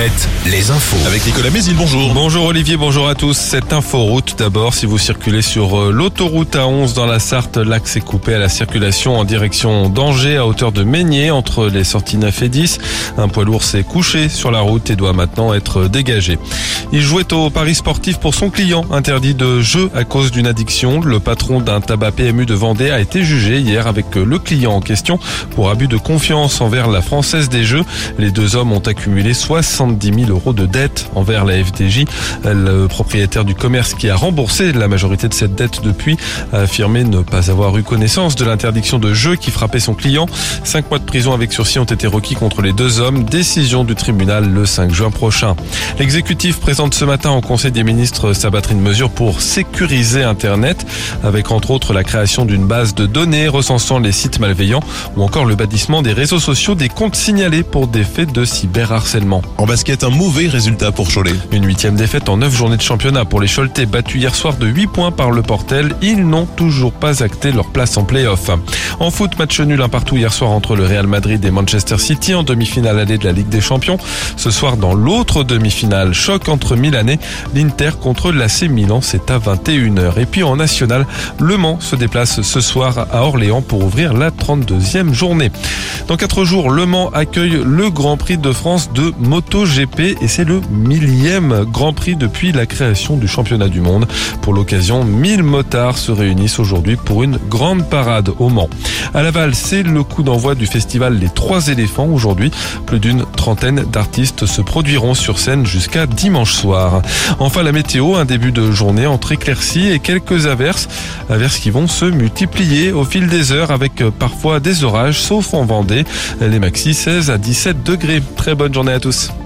Mohamed, les infos. Avec Nicolas Mézil, bonjour. Bonjour Olivier, bonjour à tous. Cette inforoute d'abord, si vous circulez sur l'autoroute A11 dans la Sarthe, l'axe est coupé à la circulation en direction d'Angers à hauteur de Meigné entre les sorties 9 et 10. Un poids lourd s'est couché sur la route et doit maintenant être dégagé. Il jouait au pari sportif pour son client, interdit de jeu à cause d'une addiction. Le patron d'un tabac PMU de Vendée a été jugé hier avec le client en question pour abus de confiance envers la Française des Jeux. Les deux hommes ont accumulé 70 000 € de dette envers la FDJ. Le propriétaire du commerce qui a remboursé la majorité de cette dette depuis a affirmé ne pas avoir eu connaissance de l'interdiction de jeu qui frappait son client. 5 mois de prison avec sursis ont été requis contre les deux hommes. Décision du tribunal le 5 juin prochain. L'exécutif présente ce matin au Conseil des ministres sa batterie de mesures pour sécuriser Internet, avec entre autres la création d'une base de données recensant les sites malveillants ou encore le bannissement des réseaux sociaux des comptes signalés pour des faits de cyberharcèlement. En basket, un mauvais résultat pour Cholet. Une 8e défaite en 9 journées de championnat pour les Choletais, battus hier soir de 8 points par le Portel. Ils n'ont toujours pas acté leur place en play-off. En foot, match nul un partout hier soir entre le Real Madrid et Manchester City en demi-finale allée de la Ligue des Champions. Ce soir, dans l'autre demi-finale, choc entre Milanais, l'Inter contre l'AC Milan, c'est à 21h. Et puis en national, Le Mans se déplace ce soir à Orléans pour ouvrir la 32e journée. Dans 4 jours, Le Mans accueille le Grand Prix de France de MotoGP et c'est le 1000e Grand Prix depuis la création du championnat du monde. Pour l'occasion, 1000 motards se réunissent aujourd'hui pour une grande parade au Mans. À Laval, c'est le coup d'envoi du festival Les Trois Éléphants aujourd'hui. Plus d'une trentaine d'artistes se produiront sur scène jusqu'à dimanche soir. Enfin, la météo, un début de journée entre éclaircies et quelques averses. Averses qui vont se multiplier au fil des heures avec parfois des orages, sauf en Vendée. Les maxi 16 à 17 degrés. Très bonne journée à tous.